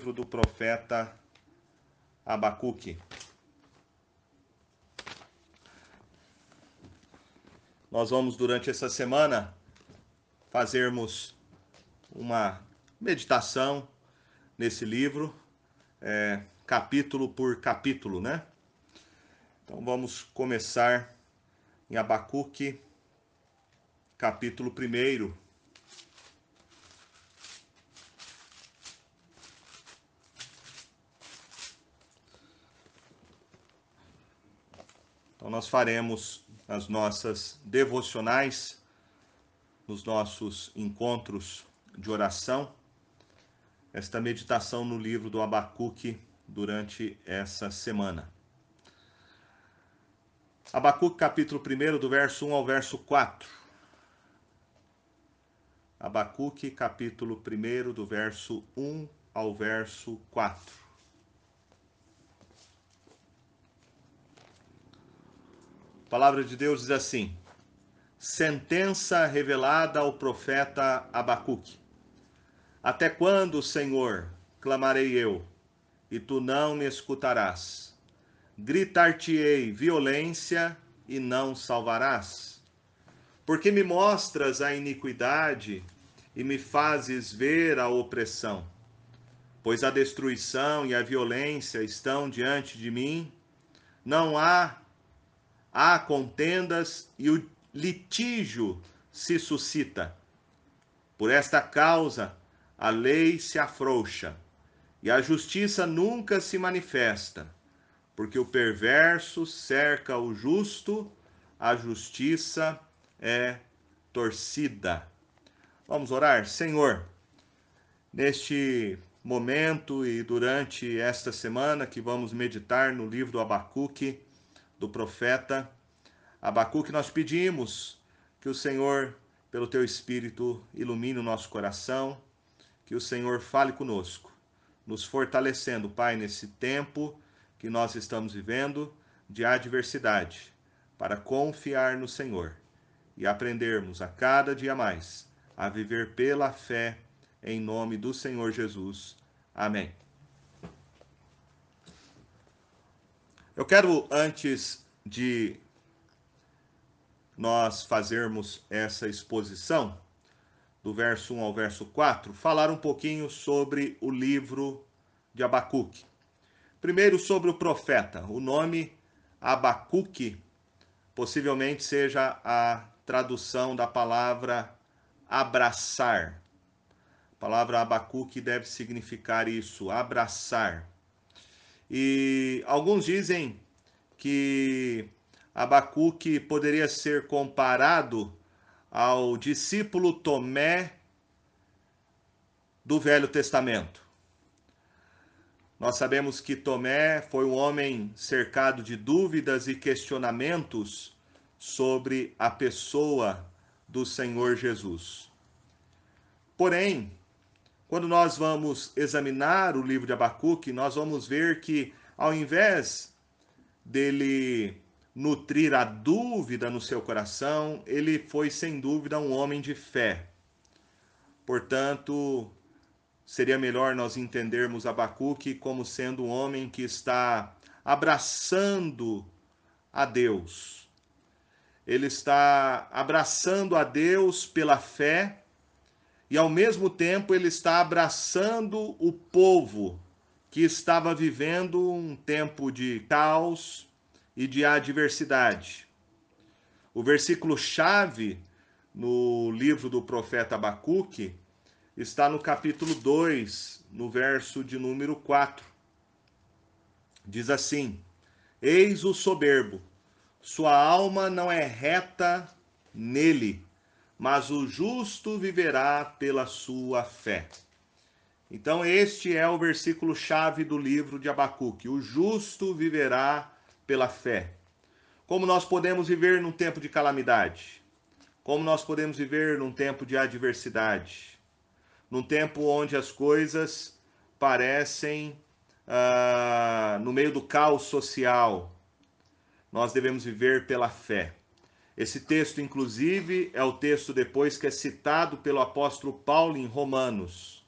livro do profeta Abacuque. Nós vamos, durante essa semana, fazermos uma meditação nesse livro, capítulo por capítulo, né? Então vamos começar em Abacuque, capítulo 1. Então nós faremos as nossas devocionais, nos nossos encontros de oração, esta meditação no livro do Abacuque durante essa semana. Abacuque, capítulo 1, do verso 1 ao verso 4. Abacuque, capítulo 1, do verso 1 ao verso 4. A palavra de Deus diz assim: sentença revelada ao profeta Abacuque. Até quando, Senhor, clamarei eu, e tu não me escutarás? Gritar-te-ei violência e não salvarás? Porque me mostras a iniquidade e me fazes ver a opressão? Pois a destruição e a violência estão diante de mim, não há contendas e o litígio se suscita. Por esta causa, a lei se afrouxa e a justiça nunca se manifesta, porque o perverso cerca o justo, a justiça é torcida. Vamos orar? Senhor, neste momento e durante esta semana que vamos meditar no livro do Abacuque, do profeta Abacuque, nós pedimos que o Senhor, pelo teu Espírito, ilumine o nosso coração, que o Senhor fale conosco, nos fortalecendo, Pai, nesse tempo que nós estamos vivendo de adversidade, para confiar no Senhor e aprendermos a cada dia mais a viver pela fé, em nome do Senhor Jesus. Amém. Eu quero, antes de nós fazermos essa exposição, do verso 1 ao verso 4, falar um pouquinho sobre o livro de Abacuque. Primeiro, sobre o profeta. O nome Abacuque possivelmente seja a tradução da palavra abraçar. A palavra Abacuque deve significar isso, abraçar. E alguns dizem que Abacuque poderia ser comparado ao discípulo Tomé do Velho Testamento. Nós sabemos que Tomé foi um homem cercado de dúvidas e questionamentos sobre a pessoa do Senhor Jesus. Porém, quando nós vamos examinar o livro de Abacuque, nós vamos ver que, ao invés dele nutrir a dúvida no seu coração, ele foi sem dúvida um homem de fé. Portanto, seria melhor nós entendermos Abacuque como sendo um homem que está abraçando a Deus. Ele está abraçando a Deus pela fé e, ao mesmo tempo, ele está abraçando o povo que estava vivendo um tempo de caos e de adversidade. O versículo-chave no livro do profeta Abacuque está no capítulo 2, no verso de número 4. Diz assim: eis o soberbo, sua alma não é reta nele, mas o justo viverá pela sua fé. Então este é o versículo-chave do livro de Abacuque: o justo viverá pela fé. Como nós podemos viver num tempo de calamidade? Como nós podemos viver num tempo de adversidade? Num tempo onde as coisas parecem no meio do caos social? Nós devemos viver pela fé. Esse texto, inclusive, é o texto depois que é citado pelo apóstolo Paulo em Romanos.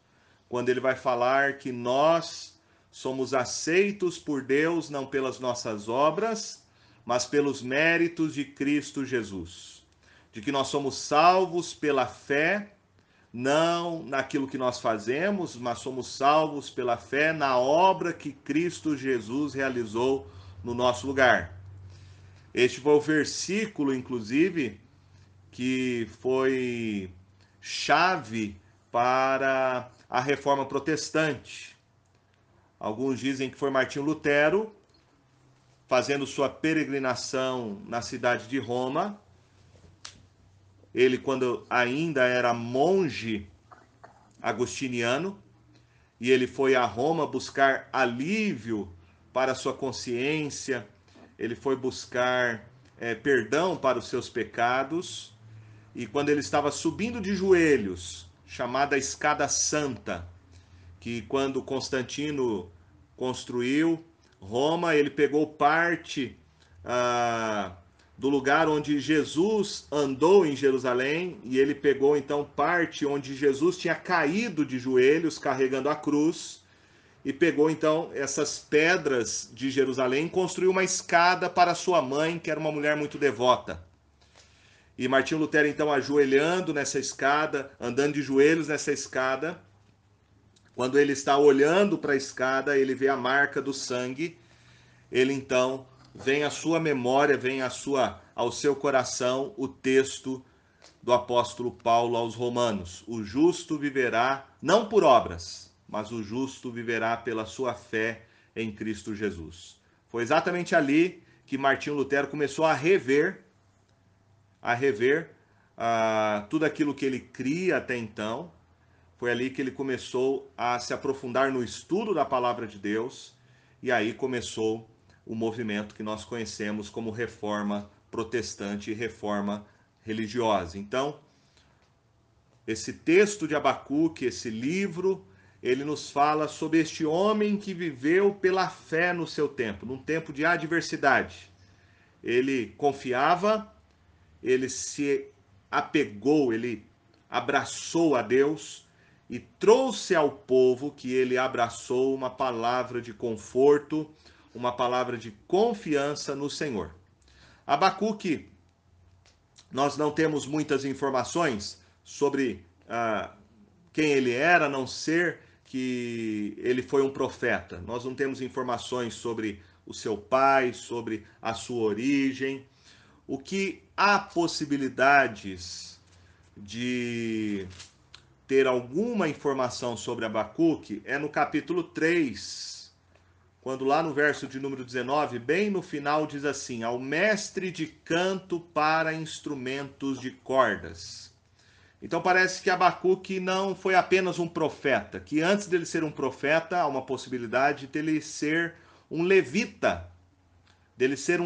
quando ele vai falar que nós somos aceitos por Deus não pelas nossas obras, mas pelos méritos de Cristo Jesus. De que nós somos salvos pela fé, não naquilo que nós fazemos, mas somos salvos pela fé na obra que Cristo Jesus realizou no nosso lugar. Este foi o versículo, inclusive, que foi chave para a Reforma Protestante. Alguns dizem que foi Martinho Lutero, fazendo sua peregrinação na cidade de Roma. Ele, quando ainda era monge agostiniano, e ele foi a Roma buscar alívio para sua consciência, ele foi buscar perdão para os seus pecados, e quando ele estava subindo de joelhos, chamada Escada Santa, que quando Constantino construiu Roma, ele pegou parte do lugar onde Jesus andou em Jerusalém, e ele pegou então parte onde Jesus tinha caído de joelhos carregando a cruz, e pegou então essas pedras de Jerusalém e construiu uma escada para sua mãe, que era uma mulher muito devota. E Martinho Lutero então ajoelhando nessa escada, andando de joelhos nessa escada, quando ele está olhando para a escada, ele vê a marca do sangue, ele então vem à sua memória, vem ao seu coração o texto do apóstolo Paulo aos Romanos: o justo viverá não por obras, mas o justo viverá pela sua fé em Cristo Jesus. Foi exatamente ali que Martinho Lutero começou a rever tudo aquilo que ele cria até então. Foi ali que ele começou a se aprofundar no estudo da palavra de Deus, e aí começou o movimento que nós conhecemos como Reforma Protestante e Reforma Religiosa. Então, esse texto de Abacuque, esse livro, ele nos fala sobre este homem que viveu pela fé no seu tempo, num tempo de adversidade. Ele confiava, ele se apegou, ele abraçou a Deus e trouxe ao povo que ele abraçou uma palavra de conforto, uma palavra de confiança no Senhor. Abacuque, nós não temos muitas informações sobre quem ele era, a não ser que ele foi um profeta. Nós não temos informações sobre o seu pai, sobre a sua origem. O que há possibilidades de ter alguma informação sobre Abacuque é no capítulo 3, quando lá no verso de número 19, bem no final, diz assim: ao mestre de canto para instrumentos de cordas. Então parece que Abacuque não foi apenas um profeta, que antes dele ser um profeta, há uma possibilidade dele ser um levita, dele ser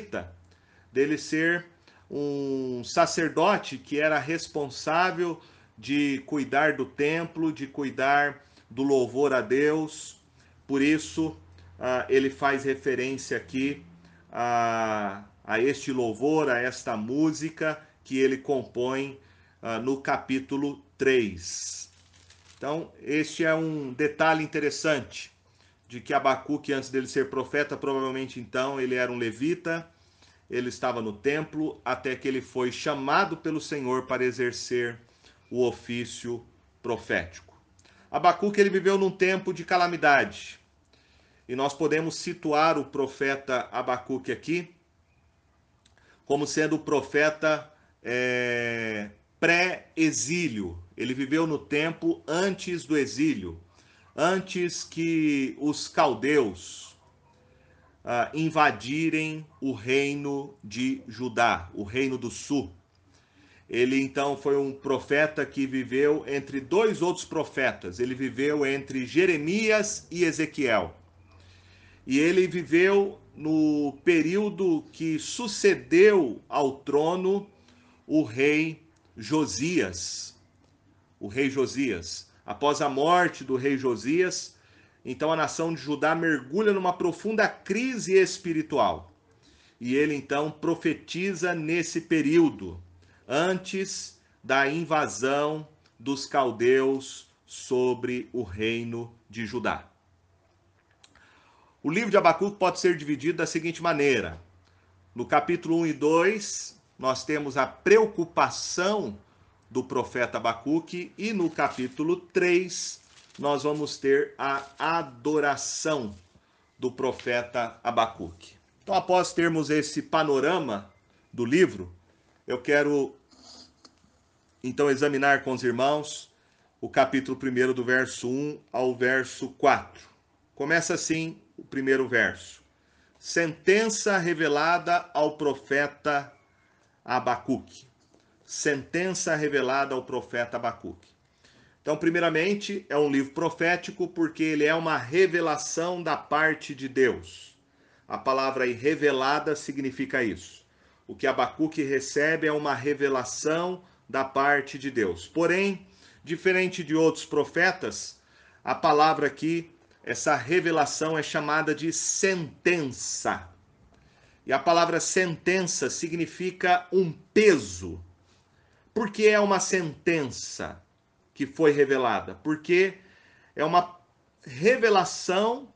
um sacerdote que era responsável de cuidar do templo, de cuidar do louvor a Deus. Por isso, ele faz referência aqui a este louvor, a esta música que ele compõe no capítulo 3. Então, este é um detalhe interessante, de que Abacuque, antes dele ser profeta, provavelmente então ele era um levita, ele estava no templo, até que ele foi chamado pelo Senhor para exercer o ofício profético. Abacuque, ele viveu num tempo de calamidade, e nós podemos situar o profeta Abacuque aqui como sendo o profeta pré-exílio. Ele viveu no tempo antes do exílio, antes que os caldeus invadirem o reino de Judá, o reino do sul. Ele então foi um profeta que viveu entre dois outros profetas. Ele viveu entre Jeremias e Ezequiel. E ele viveu no período que sucedeu ao trono o rei Josias. O rei Josias. Após a morte do rei Josias, então a nação de Judá mergulha numa profunda crise espiritual. E ele então profetiza nesse período, antes da invasão dos caldeus sobre o reino de Judá. O livro de Abacuque pode ser dividido da seguinte maneira: no capítulo 1 e 2, nós temos a preocupação do profeta Abacuque, e no capítulo 3, nós vamos ter a adoração do profeta Abacuque. Então, após termos esse panorama do livro, eu quero então examinar com os irmãos o capítulo 1 do verso 1 ao verso 4. Começa assim o primeiro verso: sentença revelada ao profeta Abacuque. Sentença revelada ao profeta Abacuque. Então, primeiramente, é um livro profético porque ele é uma revelação da parte de Deus. A palavra aí, revelada, significa isso. O que Abacuque recebe é uma revelação da parte de Deus. Porém, diferente de outros profetas, a palavra aqui, essa revelação é chamada de sentença. E a palavra sentença significa um peso. Por que é uma sentença que foi revelada? Porque é uma revelação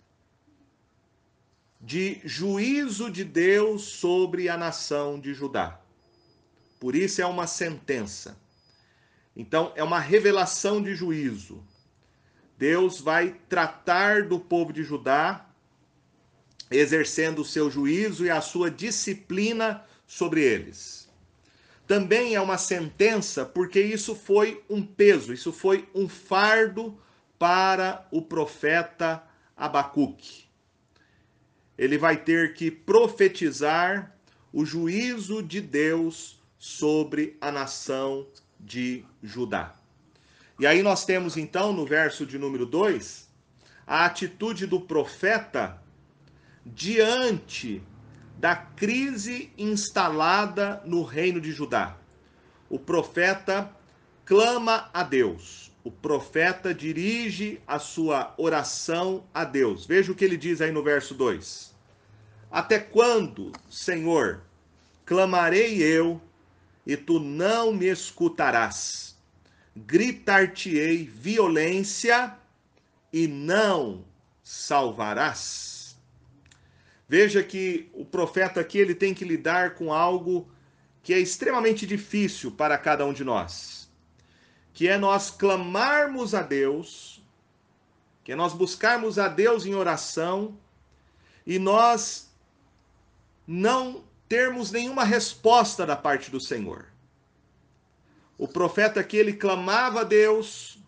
de juízo de Deus sobre a nação de Judá. Por isso é uma sentença. Então, é uma revelação de juízo. Deus vai tratar do povo de Judá, exercendo o seu juízo e a sua disciplina sobre eles. Também é uma sentença porque isso foi um peso, isso foi um fardo para o profeta Abacuque. Ele vai ter que profetizar o juízo de Deus sobre a nação de Judá. E aí nós temos então no verso de número 2, a atitude do profeta diante da crise instalada no reino de Judá. O profeta clama a Deus. O profeta dirige a sua oração a Deus. Veja o que ele diz aí no verso 2. Até quando, Senhor, clamarei eu e tu não me escutarás? Gritar-te-ei violência e não salvarás? Veja que o profeta aqui ele tem que lidar com algo que é extremamente difícil para cada um de nós, que é nós clamarmos a Deus, que é nós buscarmos a Deus em oração e nós não termos nenhuma resposta da parte do Senhor. O profeta aqui ele clamava a Deus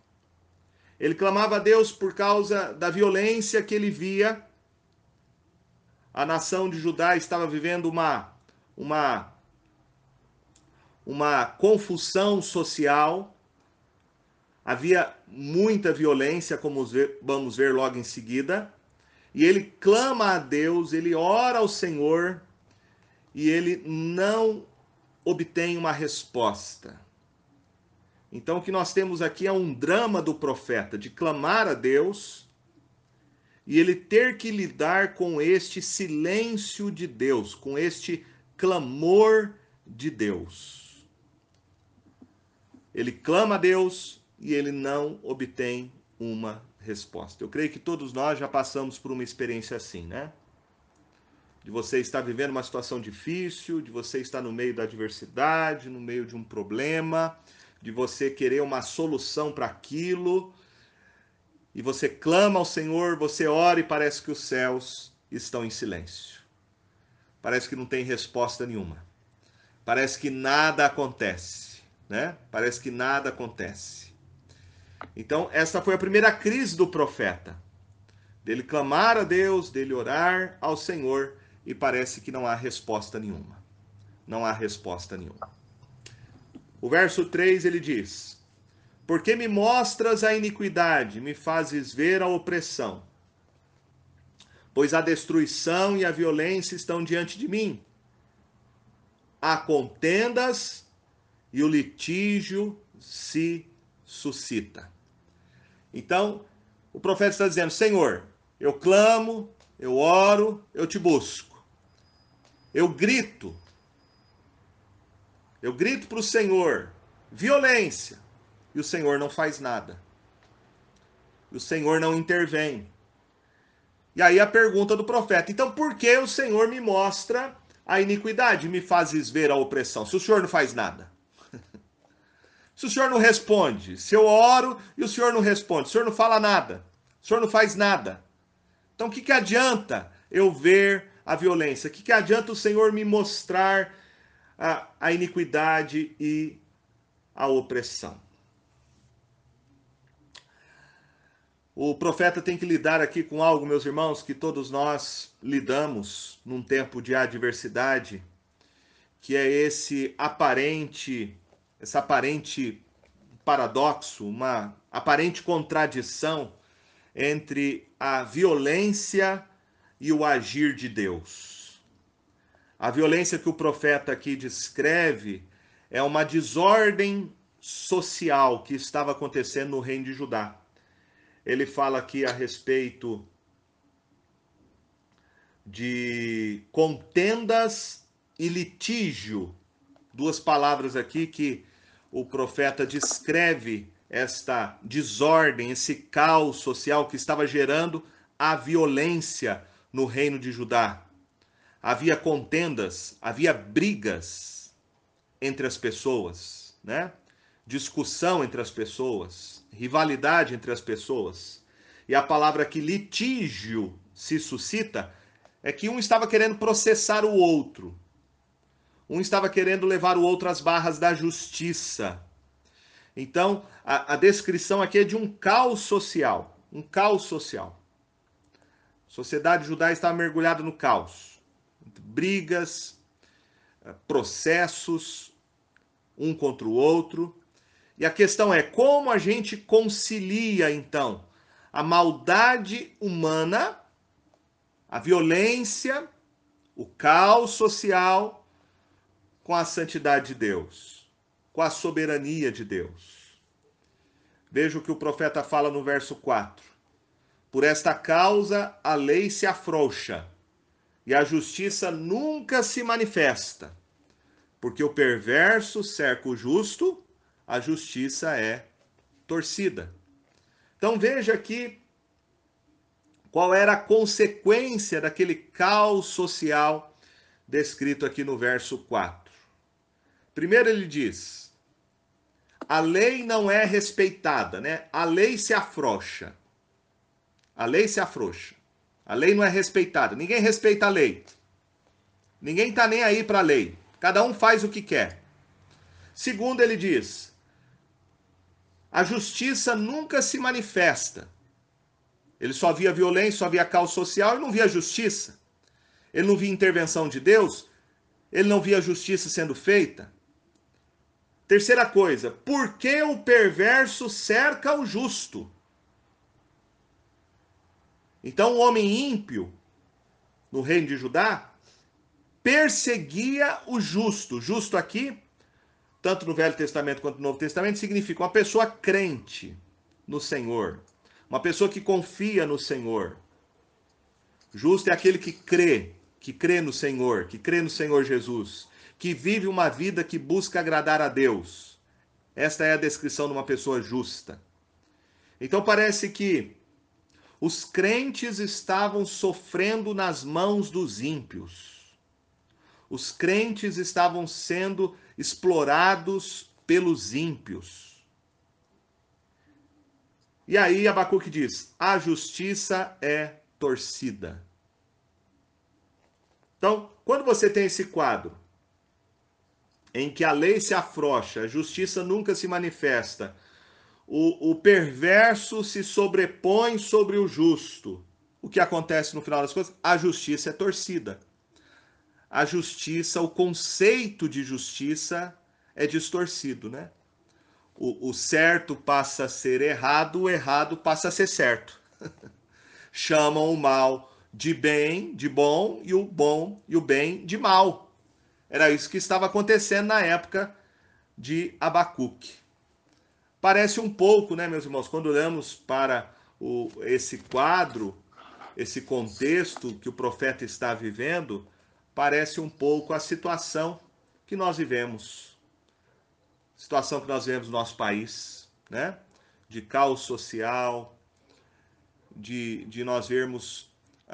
por causa da violência que ele via. A nação de Judá estava vivendo uma confusão social. Havia muita violência, como vamos ver logo em seguida. E ele clama a Deus, ele ora ao Senhor e ele não obtém uma resposta. Então o que nós temos aqui é um drama do profeta, de clamar a Deus e ele ter que lidar com este silêncio de Deus, com este clamor de Deus. Ele clama a Deus e ele não obtém uma resposta. Eu creio que todos nós já passamos por uma experiência assim, né? De você estar vivendo uma situação difícil, de você estar no meio da adversidade, no meio de um problema, de você querer uma solução para aquilo, e você clama ao Senhor, você ora e parece que os céus estão em silêncio. Parece que não tem resposta nenhuma. Parece que nada acontece, né? Parece que nada acontece. Então, essa foi a primeira crise do profeta. Dele clamar a Deus, dele orar ao Senhor, e parece que não há resposta nenhuma. Não há resposta nenhuma. O verso 3 ele diz: porque me mostras a iniquidade, me fazes ver a opressão. Pois a destruição e a violência estão diante de mim. Há contendas e o litígio se suscita. Então, o profeta está dizendo: Senhor, eu clamo, eu oro, eu te busco. Eu grito para o Senhor, violência, e o Senhor não faz nada. E o Senhor não intervém. E aí a pergunta do profeta: então por que o Senhor me mostra a iniquidade, me fazes ver a opressão, se o Senhor não faz nada? Se o Senhor não responde, se eu oro e o Senhor não responde, o Senhor não fala nada, o Senhor não faz nada. Então o que adianta eu ver a violência? O que adianta o Senhor me mostrar a iniquidade e a opressão? O profeta tem que lidar aqui com algo, meus irmãos, que todos nós lidamos num tempo de adversidade, que é essa aparente paradoxo, uma aparente contradição entre a violência e o agir de Deus. A violência que o profeta aqui descreve é uma desordem social que estava acontecendo no reino de Judá. Ele fala aqui a respeito de contendas e litígio, duas palavras aqui que o profeta descreve esta desordem, esse caos social que estava gerando a violência no reino de Judá. Havia contendas, havia brigas entre as pessoas, né? Discussão entre as pessoas, rivalidade entre as pessoas. E a palavra que litígio se suscita é que um estava querendo processar o outro. Um estava querendo levar o outro às barras da justiça. Então, a descrição aqui é de um caos social. Um caos social. A sociedade judaica estava mergulhada no caos. Brigas, processos, um contra o outro. E a questão é como a gente concilia, então, a maldade humana, a violência, o caos social, com a santidade de Deus, com a soberania de Deus. Veja o que o profeta fala no verso 4. Por esta causa a lei se afrouxa e a justiça nunca se manifesta, porque o perverso cerca o justo, a justiça é torcida. Então veja aqui qual era a consequência daquele caos social descrito aqui no verso 4. Primeiro ele diz: a lei não é respeitada, né? A lei se afrouxa. A lei se afrouxa. A lei não é respeitada. Ninguém respeita a lei. Ninguém tá nem aí para a lei. Cada um faz o que quer. Segundo, ele diz: a justiça nunca se manifesta. Ele só via violência, só via caos social e não via justiça. Ele não via intervenção de Deus, ele não via justiça sendo feita. Terceira coisa, por que o perverso cerca o justo? Então o homem ímpio, no reino de Judá, perseguia o justo. Justo aqui, tanto no Velho Testamento quanto no Novo Testamento, significa uma pessoa crente no Senhor. Uma pessoa que confia no Senhor. Justo é aquele que crê no Senhor, que crê no Senhor Jesus, que vive uma vida que busca agradar a Deus. Esta é a descrição de uma pessoa justa. Então parece que os crentes estavam sofrendo nas mãos dos ímpios. Os crentes estavam sendo explorados pelos ímpios. E aí Abacuque diz: a justiça é torcida. Então, quando você tem esse quadro em que a lei se afrouxa, a justiça nunca se manifesta, o perverso se sobrepõe sobre o justo, o que acontece no final das contas? A justiça é torcida. A justiça, o conceito de justiça é distorcido, né? O certo passa a ser errado, o errado passa a ser certo. Chamam o mal de bem, de bom, e o bem de mal. Era isso que estava acontecendo na época de Abacuque. Parece um pouco, né, meus irmãos, quando olhamos para esse quadro, esse contexto que o profeta está vivendo, parece um pouco a situação que nós vivemos. Situação que nós vivemos no nosso país, né? De caos social, de nós vermos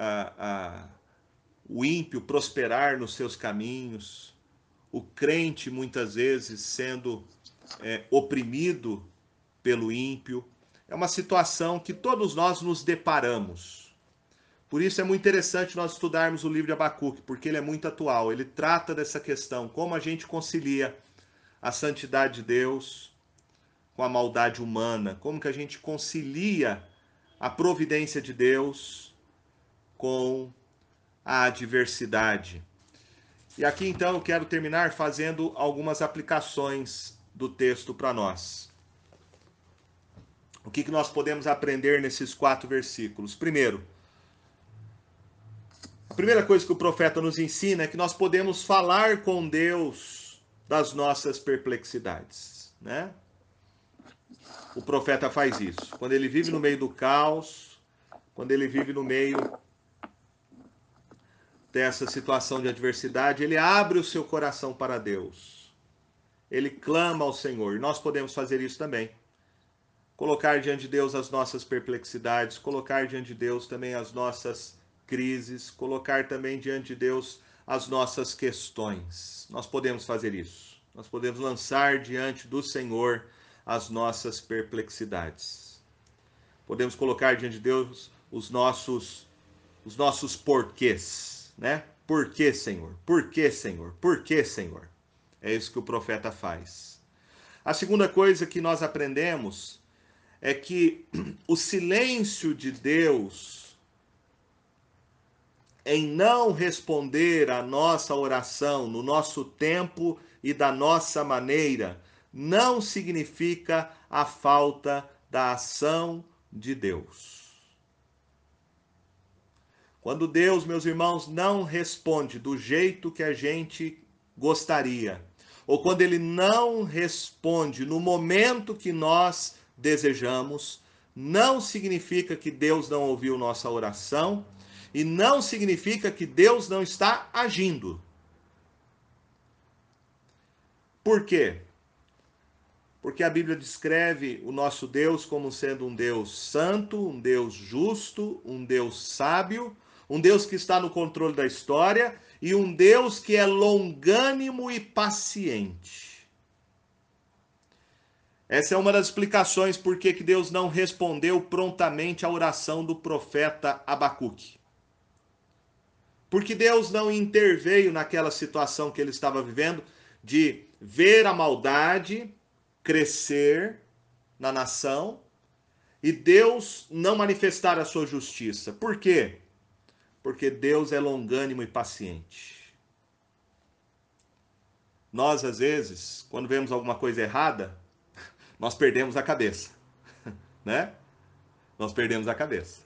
o ímpio prosperar nos seus caminhos, o crente muitas vezes sendo oprimido pelo ímpio. É uma situação que todos nós nos deparamos. Por isso é muito interessante nós estudarmos o livro de Abacuque, porque ele é muito atual. Ele trata dessa questão, como a gente concilia a santidade de Deus com a maldade humana, como que a gente concilia a providência de Deus com a adversidade. E aqui então eu quero terminar fazendo algumas aplicações do texto para nós. O que nós podemos aprender nesses 4 versículos? Primeiro, a primeira coisa que o profeta nos ensina é que nós podemos falar com Deus das nossas perplexidades, né? O profeta faz isso. Quando ele vive no meio do caos, quando ele vive no meio dessa situação de adversidade, ele abre o seu coração para Deus. Ele clama ao Senhor. E nós podemos fazer isso também. Colocar diante de Deus as nossas perplexidades, colocar diante de Deus também as nossas crises, colocar também diante de Deus as nossas questões. Nós podemos fazer isso. Nós podemos lançar diante do Senhor as nossas perplexidades. Podemos colocar diante de Deus os nossos porquês, né? Por que, Senhor? Por que, Senhor? Por que, Senhor? É isso que o profeta faz. A segunda coisa que nós aprendemos é que o silêncio de Deus em não responder a nossa oração no nosso tempo e da nossa maneira não significa a falta da ação de Deus. Quando Deus, meus irmãos, não responde do jeito que a gente gostaria, ou quando ele não responde no momento que nós desejamos, não significa que Deus não ouviu nossa oração e não significa que Deus não está agindo. Por quê? Porque a Bíblia descreve o nosso Deus como sendo um Deus santo, um Deus justo, um Deus sábio, um Deus que está no controle da história e um Deus que é longânimo e paciente. Essa é uma das explicações por que Deus não respondeu prontamente à oração do profeta Abacuque. Porque Deus não interveio naquela situação que ele estava vivendo de ver a maldade crescer na nação e Deus não manifestar a sua justiça. Por quê? Porque Deus é longânimo e paciente. Nós, às vezes, quando vemos alguma coisa errada, nós perdemos a cabeça, né? Nós perdemos a cabeça.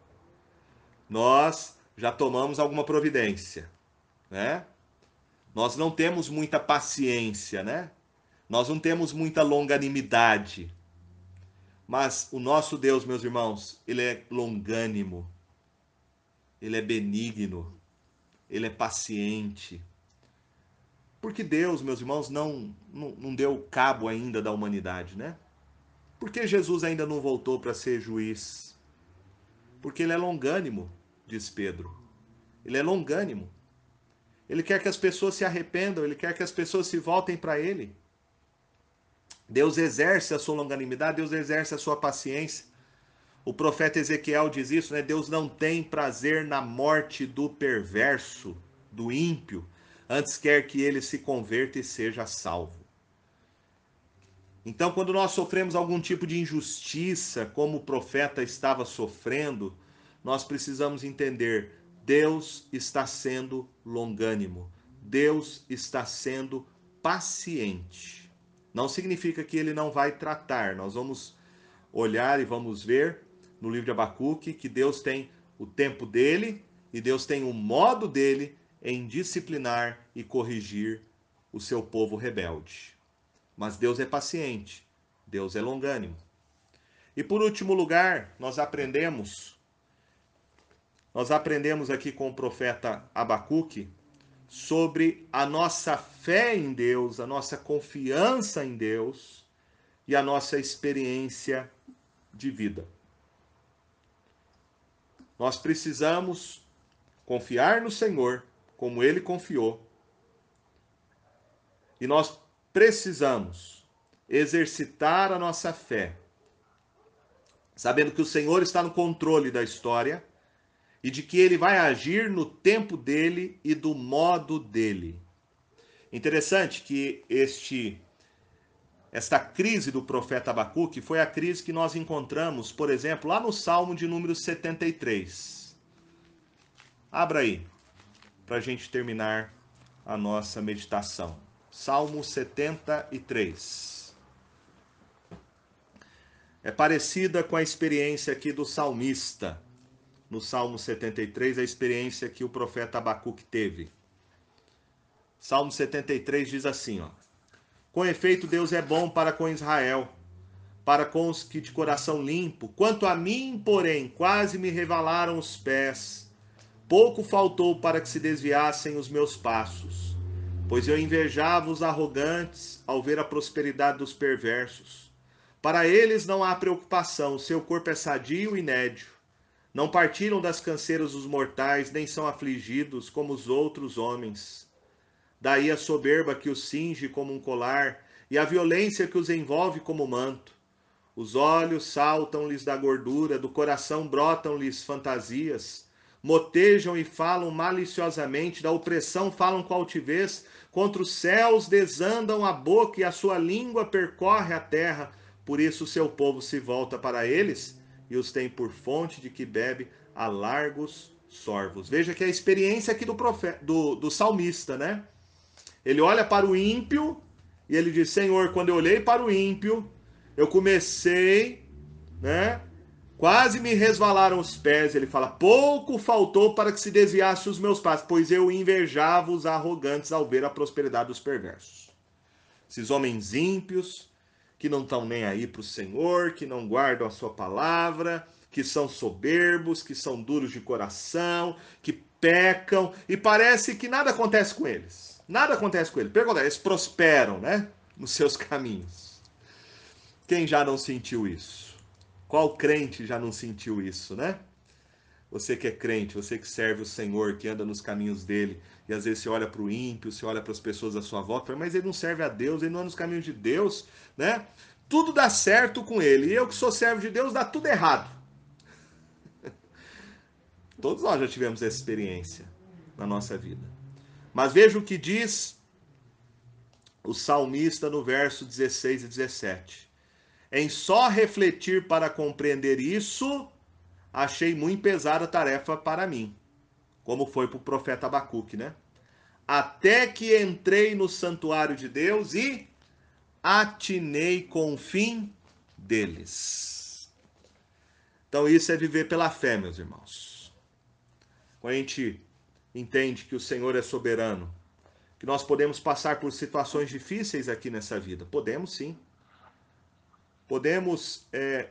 Nós já tomamos alguma providência, né? Nós não temos muita paciência, né? Nós não temos muita longanimidade. Mas o nosso Deus, meus irmãos, ele é longânimo, ele é benigno, ele é paciente. Porque Deus, meus irmãos, não deu cabo ainda da humanidade, né? Porque Jesus ainda não voltou para ser juiz? Porque ele é longânimo, diz Pedro. Ele é longânimo. Ele quer que as pessoas se arrependam, ele quer que as pessoas se voltem para ele. Deus exerce a sua longanimidade, Deus exerce a sua paciência. O profeta Ezequiel diz isso, né? Deus não tem prazer na morte do perverso, do ímpio, antes quer que ele se converta e seja salvo. Então, quando nós sofremos algum tipo de injustiça, como o profeta estava sofrendo, nós precisamos entender: Deus está sendo longânimo, Deus está sendo paciente. Não significa que ele não vai tratar. Nós vamos olhar e vamos ver no livro de Abacuque que Deus tem o tempo dele e Deus tem o modo dele em disciplinar e corrigir o seu povo rebelde. Mas Deus é paciente, Deus é longânimo. E por último lugar, nós aprendemos aqui com o profeta Abacuque sobre a nossa fé em Deus, a nossa confiança em Deus e a nossa experiência de vida. Nós precisamos confiar no Senhor, como Ele confiou. E nós precisamos exercitar a nossa fé, sabendo que o Senhor está no controle da história e de que Ele vai agir no tempo dele e do modo dele. Interessante que esta crise do profeta Abacuque foi a crise que nós encontramos, por exemplo, lá no Salmo de número 73. Abra aí, para a gente terminar a nossa meditação. Salmo 73. É parecida com a experiência aqui do salmista. No Salmo 73, a experiência que o profeta Abacuque teve. Salmo 73 diz assim, ó: Com efeito, Deus é bom para com Israel, para com os que de coração limpo. Quanto a mim, porém, quase me resvalaram os pés. Pouco faltou para que se desviassem os meus passos, pois eu invejava os arrogantes ao ver a prosperidade dos perversos. Para eles não há preocupação, seu corpo é sadio e nédio. Não partiram das canseiras os mortais, nem são afligidos como os outros homens. Daí a soberba que os cinge como um colar, e a violência que os envolve como manto. Os olhos saltam-lhes da gordura, do coração brotam-lhes fantasias. Motejam e falam maliciosamente, da opressão falam com altivez, contra os céus desandam a boca e a sua língua percorre a terra. Por isso o seu povo se volta para eles e os tem por fonte de que bebe a largos sorvos. Veja que é a experiência aqui do salmista, né? Ele olha para o ímpio e ele diz: Senhor, quando eu olhei para o ímpio, eu comecei, né? Quase me resvalaram os pés. Ele fala: pouco faltou para que se desviasse os meus passos, pois eu invejava os arrogantes ao ver a prosperidade dos perversos. Esses homens ímpios, que não estão nem aí para o Senhor, que não guardam a sua palavra, que são soberbos, que são duros de coração, que pecam, e parece que nada acontece com eles. Nada acontece com eles. Pelo contrário, eles prosperam, né? Nos seus caminhos. Quem já não sentiu isso? Qual crente já não sentiu isso, né? Você que é crente, você que serve o Senhor, que anda nos caminhos dele, e às vezes você olha para o ímpio, você olha para as pessoas à sua volta, mas ele não serve a Deus, ele não anda nos caminhos de Deus, né? Tudo dá certo com ele, e eu que sou servo de Deus, dá tudo errado. Todos nós já tivemos essa experiência na nossa vida. Mas veja o que diz o salmista no verso 16 e 17. Em só refletir para compreender isso, achei muito pesada a tarefa para mim, como foi para o profeta Abacuque, né? Até que entrei no santuário de Deus e atinei com o fim deles. Então isso é viver pela fé, meus irmãos. Quando a gente entende que o Senhor é soberano, que nós podemos passar por situações difíceis aqui nessa vida. Podemos sim. Podemos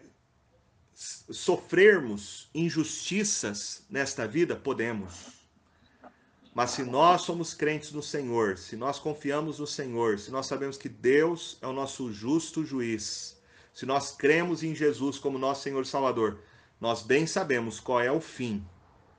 sofrermos injustiças nesta vida? Podemos. Mas se nós somos crentes no Senhor, se nós confiamos no Senhor, se nós sabemos que Deus é o nosso justo juiz, se nós cremos em Jesus como nosso Senhor e Salvador, nós bem sabemos qual é o fim.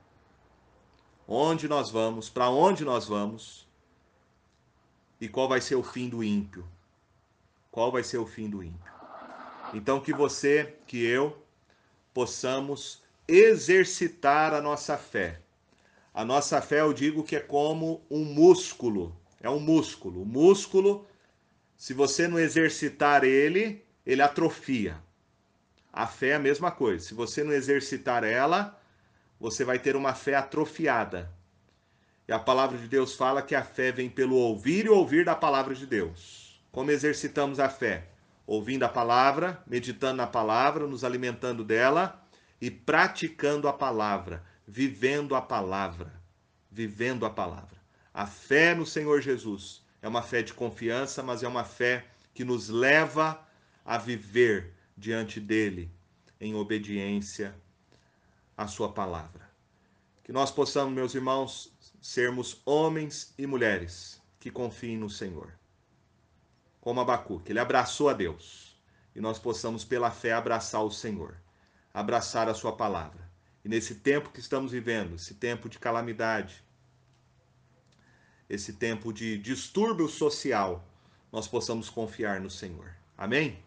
Onde nós vamos, para onde nós vamos e qual vai ser o fim do ímpio. Qual vai ser o fim do ímpio? Então que você, que eu, possamos exercitar a nossa fé. A nossa fé, eu digo que é como um músculo. É um músculo. O músculo, se você não exercitar ele, ele atrofia. A fé é a mesma coisa. Se você não exercitar ela, você vai ter uma fé atrofiada. E a palavra de Deus fala que a fé vem pelo ouvir e ouvir da palavra de Deus. Como exercitamos a fé? Ouvindo a palavra, meditando na palavra, nos alimentando dela e praticando a palavra, vivendo a palavra. Vivendo a palavra. A fé no Senhor Jesus é uma fé de confiança, mas é uma fé que nos leva a viver diante dele em obediência à sua palavra. Que nós possamos, meus irmãos, sermos homens e mulheres que confiem no Senhor. Como Abacuque, ele abraçou a Deus. E nós possamos, pela fé, abraçar o Senhor. Abraçar a sua palavra. E nesse tempo que estamos vivendo, esse tempo de calamidade, esse tempo de distúrbio social, nós possamos confiar no Senhor. Amém?